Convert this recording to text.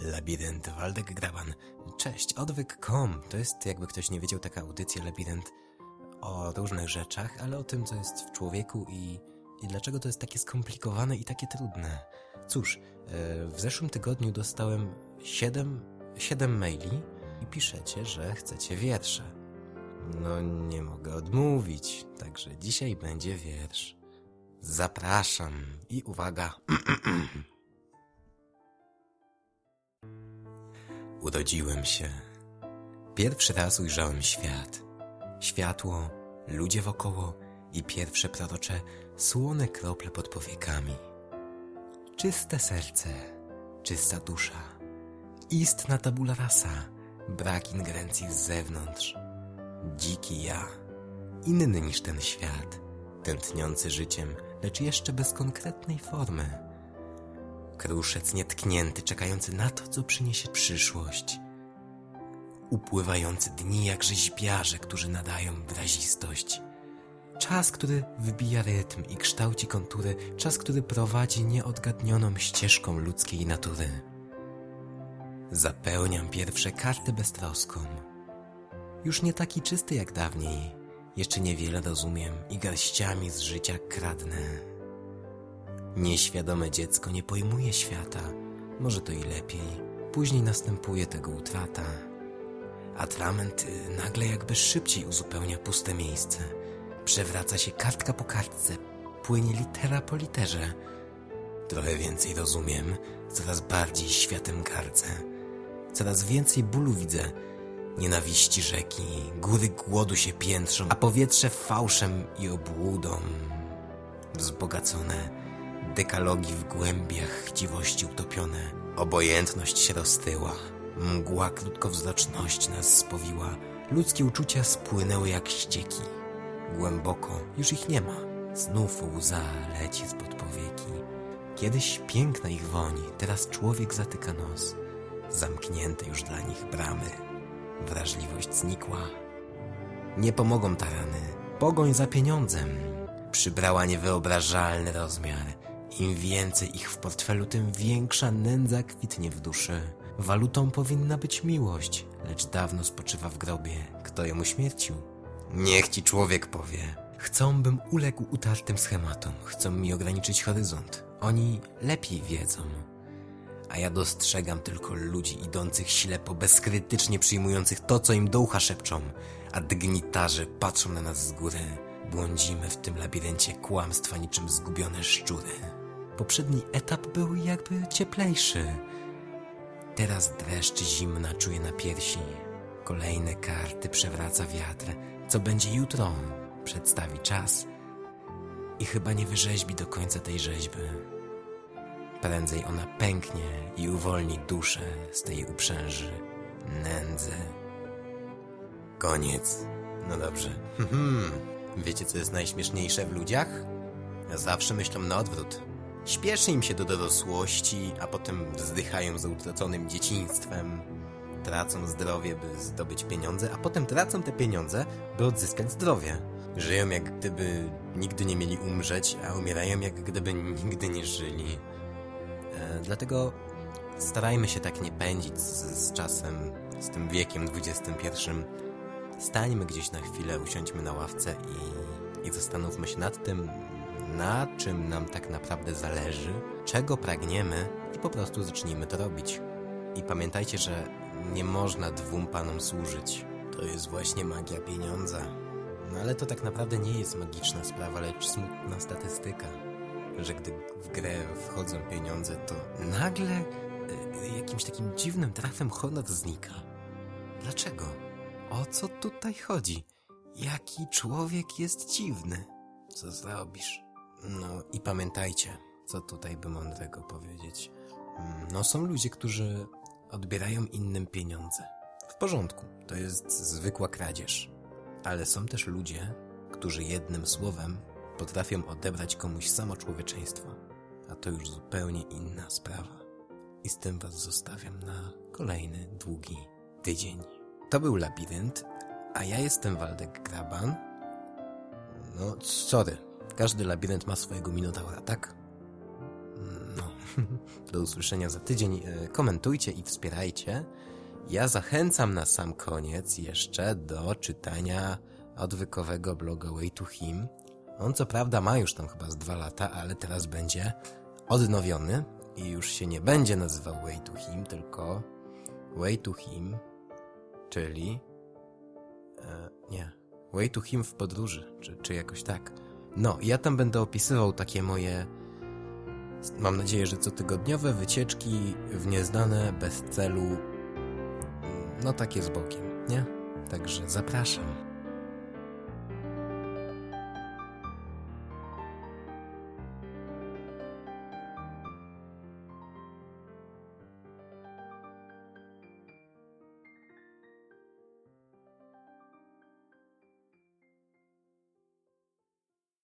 Labirynt, Waldek Graban. Cześć, odwyk.com. To jest, jakby ktoś nie wiedział, taka audycja Labirynt o różnych rzeczach, ale o tym, co jest w człowieku i dlaczego to jest takie skomplikowane i takie trudne. Cóż, w zeszłym tygodniu dostałem 7 maili i piszecie, że chcecie wiersze. No nie mogę odmówić, także dzisiaj będzie wiersz. Zapraszam i uwaga. Urodziłem się. Pierwszy raz ujrzałem świat. Światło, ludzie wokoło i pierwsze prorocze, słone krople pod powiekami. Czyste serce, czysta dusza. Istna tabula rasa, brak ingerencji z zewnątrz. Dziki ja, inny niż ten świat, tętniący życiem, lecz jeszcze bez konkretnej formy. Kruszec nietknięty, czekający na to, co przyniesie przyszłość. Upływający dni jak rzeźbiarze, którzy nadają wyrazistość. Czas, który wybija rytm i kształci kontury. Czas, który prowadzi nieodgadnioną ścieżką ludzkiej natury. Zapełniam pierwsze karty beztroską. Już nie taki czysty jak dawniej. Jeszcze niewiele rozumiem i garściami z życia kradnę. Nieświadome dziecko nie pojmuje świata. Może to i lepiej. Później następuje tego utrata. Atrament nagle jakby szybciej uzupełnia puste miejsce. Przewraca się kartka po kartce. Płynie litera po literze. Trochę więcej rozumiem. Coraz bardziej światem gardzę. Coraz więcej bólu widzę. Nienawiści rzeki. Góry głodu się piętrzą, a powietrze fałszem i obłudą. Wzbogacone. Dekalogi w głębiach chciwości utopione. Obojętność się roztyła. Mgła krótkowzroczność nas spowiła. Ludzkie uczucia spłynęły jak ścieki. Głęboko już ich nie ma. Znów łza leci spod powieki. Kiedyś piękna ich woń, teraz człowiek zatyka nos. Zamknięte już dla nich bramy. Wrażliwość znikła. Nie pomogą tarany. Pogoń za pieniądzem przybrała niewyobrażalny rozmiar. Im więcej ich w portfelu, tym większa nędza kwitnie w duszy. Walutą powinna być miłość, lecz dawno spoczywa w grobie. Kto ją uśmiercił? Niech ci człowiek powie. Chcą, bym uległ utartym schematom. Chcą mi ograniczyć horyzont. Oni lepiej wiedzą. A ja dostrzegam tylko ludzi idących ślepo, bezkrytycznie przyjmujących to, co im do ucha szepczą. A dygnitarze patrzą na nas z góry. Błądzimy w tym labiryncie kłamstwa niczym zgubione szczury. Poprzedni etap był jakby cieplejszy. Teraz dreszcz zimna czuję na piersi. Kolejne karty przewraca wiatr. Co będzie jutro? Przedstawi czas. I chyba nie wyrzeźbi do końca tej rzeźby. Prędzej ona pęknie i uwolni duszę z tej uprzęży nędzy. Koniec. No dobrze. Wiecie, co jest najśmieszniejsze w ludziach? Zawsze myślą na odwrót. Śpieszy im się do dorosłości, a potem wzdychają za utraconym dzieciństwem. Tracą zdrowie, by zdobyć pieniądze, a potem tracą te pieniądze, by odzyskać zdrowie. Żyją jak gdyby nigdy nie mieli umrzeć, a umierają jak gdyby nigdy nie żyli. Dlatego starajmy się tak nie pędzić z czasem, z tym wiekiem XXI. Stańmy gdzieś na chwilę, usiądźmy na ławce i zastanówmy się nad tym, na czym nam tak naprawdę zależy, czego pragniemy i po prostu zacznijmy to robić. I pamiętajcie, że nie można dwóm panom służyć. To jest właśnie magia pieniądza. No ale to tak naprawdę nie jest magiczna sprawa, lecz smutna statystyka. Że gdy w grę wchodzą pieniądze, to nagle jakimś takim dziwnym trafem honor znika. Dlaczego? O co tutaj chodzi? Jaki człowiek jest dziwny? Co zrobisz? No i pamiętajcie, co tutaj by mądrego powiedzieć. No są ludzie, którzy odbierają innym pieniądze. W porządku, to jest zwykła kradzież. Ale są też ludzie, którzy jednym słowem potrafią odebrać komuś samo człowieczeństwo. A to już zupełnie inna sprawa. I z tym was zostawiam na kolejny, długi tydzień. To był Labirynt, a ja jestem Waldek Graban. No, sorry. Każdy labirynt ma swojego minotaura, tak? No, Do usłyszenia za tydzień. Komentujcie i wspierajcie. Ja zachęcam na sam koniec jeszcze do czytania odwykowego bloga Way to Him. On co prawda ma już tam chyba z 2 lata, ale teraz będzie odnowiony i już się nie będzie nazywał Way to Him, tylko Way to Him, czyli Way to Him w podróży, czy jakoś tak. No, ja tam będę opisywał takie moje, mam nadzieję, że cotygodniowe wycieczki w nieznane, bez celu, no takie z bokiem, nie? Także zapraszam.